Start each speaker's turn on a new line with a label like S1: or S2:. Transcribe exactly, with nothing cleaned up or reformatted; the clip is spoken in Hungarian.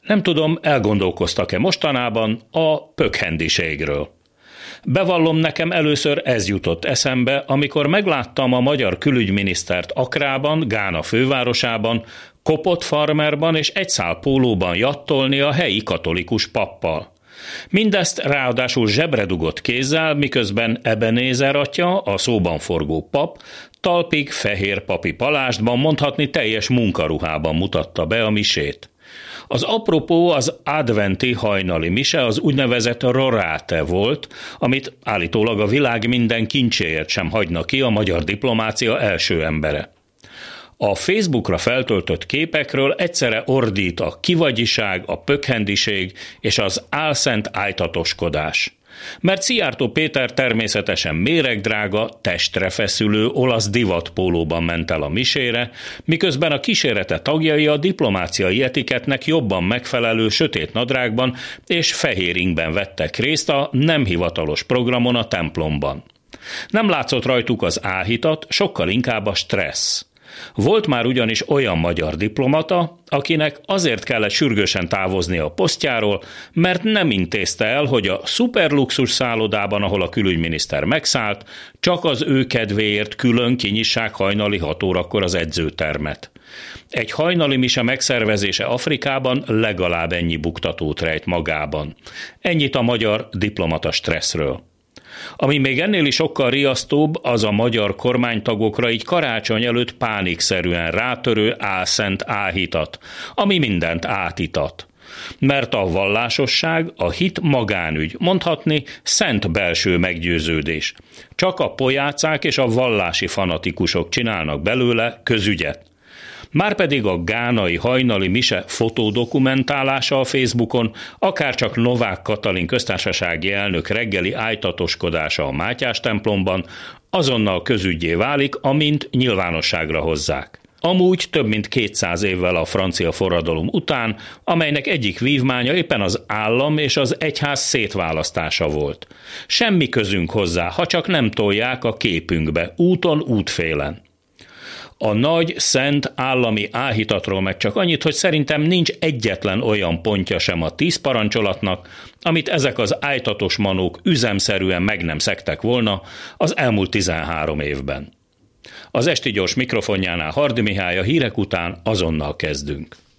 S1: Nem tudom, elgondolkoztak-e mostanában a pökhendiségről. Bevallom, nekem először ez jutott eszembe, amikor megláttam a magyar külügyminisztert Akrában, Gána fővárosában, kopott farmerban és egy szál pólóban jattolni a helyi katolikus pappal. Mindezt ráadásul zsebredugott kézzel, miközben Ebenézer atya, a szóban forgó pap, talpig fehér papi palástban, mondhatni teljes munkaruhában mutatta be a misét. Az apropó az adventi hajnali mise az úgynevezett rorate volt, amit állítólag a világ minden kincséért sem hagyna ki a magyar diplomácia első embere. A Facebookra feltöltött képekről egyszerre ordít a kivagyiság, a pökhendiség és az álszent ájtatoskodás. Mert Szijjártó Péter természetesen méregdrága, testre feszülő olasz divatpólóban ment el a misére, miközben a kísérete tagjai a diplomáciai etiketnek jobban megfelelő sötét nadrágban és fehér ingben vettek részt a nem hivatalos programon a templomban. Nem látszott rajtuk az áhítat, sokkal inkább a stressz. Volt már ugyanis olyan magyar diplomata, akinek azért kellett sürgősen távozni a posztjáról, mert nem intézte el, hogy a szuperluxus szállodában, ahol a külügyminiszter megszállt, csak az ő kedvéért külön kinyissák hajnali hat órakor az edzőtermet. Egy hajnali mise megszervezése Afrikában legalább ennyi buktatót rejt magában. Ennyit a magyar diplomata stresszről. Ami még ennél is sokkal riasztóbb, az a magyar kormánytagokra így karácsony előtt pánikszerűen rátörő álszent áhítat, ami mindent átitat. Mert a vallásosság, a hit magánügy, mondhatni szent belső meggyőződés. Csak a pojácák és a vallási fanatikusok csinálnak belőle közügyet. Márpedig a gánai hajnali mise fotódokumentálása a Facebookon, akárcsak Novák Katalin köztársasági elnök reggeli ájtatoskodása a Mátyás templomban azonnal közüggyé válik, amint nyilvánosságra hozzák. Amúgy több mint kétszáz évvel a francia forradalom után, amelynek egyik vívmánya éppen az állam és az egyház szétválasztása volt. Semmi közünk hozzá, ha csak nem tolják a képünkbe, úton, útfélen. A nagy, szent állami áhítatról meg csak annyit, hogy szerintem nincs egyetlen olyan pontja sem a tíz parancsolatnak, amit ezek az ájtatos manók üzemszerűen meg nem szegtek volna az elmúlt tizenhárom évben. Az Esti Gyors mikrofonjánál Hardy Mihály, a hírek után azonnal kezdünk.